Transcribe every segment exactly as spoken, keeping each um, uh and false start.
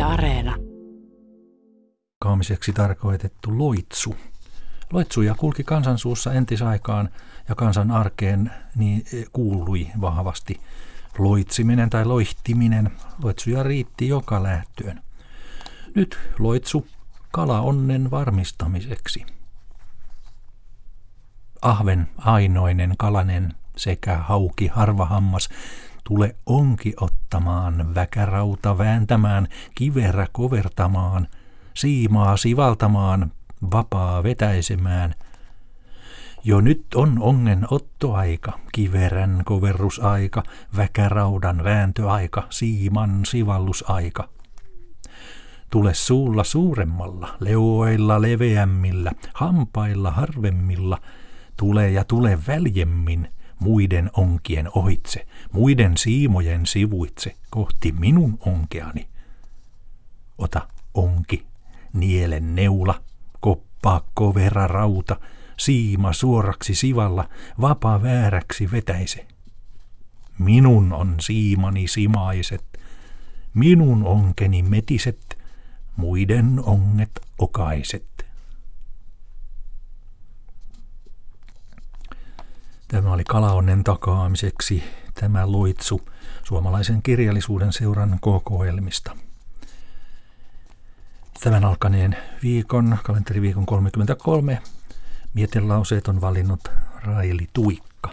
Areena. Kaamiseksi tarkoitettu loitsu. Loitsuja kulki kansansuussa entisaikaan ja kansan arkeen niin kuului vahvasti loitsiminen tai loihtiminen. Loitsuja riitti joka lähtöön. Nyt loitsu kalaonnen varmistamiseksi. Ahven ainoinen kalanen sekä hauki harvahammas, tule onki ottamaan, väkärauta vääntämään, kiverä kovertamaan, siimaa sivaltamaan, vapaa vetäisemään. Jo nyt on ongen ottoaika, kiverän koverrusaika, väkäraudan vääntöaika, siiman sivallusaika. Tule suulla suuremmalla, leuoilla leveämmillä, hampailla harvemmilla, tule ja tule väljemmin, muiden onkien ohitse, muiden siimojen sivuitse, kohti minun onkeani. Ota onki, nielen neula, koppaa kovera rauta, siima suoraksi sivalla, vapa vääräksi vetäise. Minun on siimani simaiset, minun onkeni metiset, muiden onget okaiset. Tämä oli kalaonnen takaamiseksi tämä loitsu suomalaisen kirjallisuuden seuran kokoelmista. Tämän alkaneen viikon, kalenteriviikon kolmekymmentäkolme, mietelauseet on valinnut Raili Tuikka.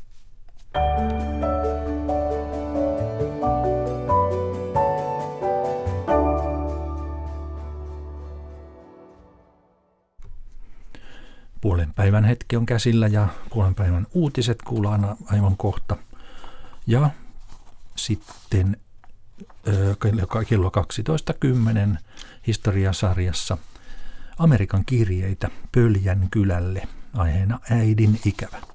Puolen päivän hetki on käsillä ja puolen päivän uutiset kuullaan aivan kohta. Ja sitten kello kaksitoista kymmenen historiasarjassa Amerikan kirjeitä Pöljän kylälle, aiheena äidin ikävä.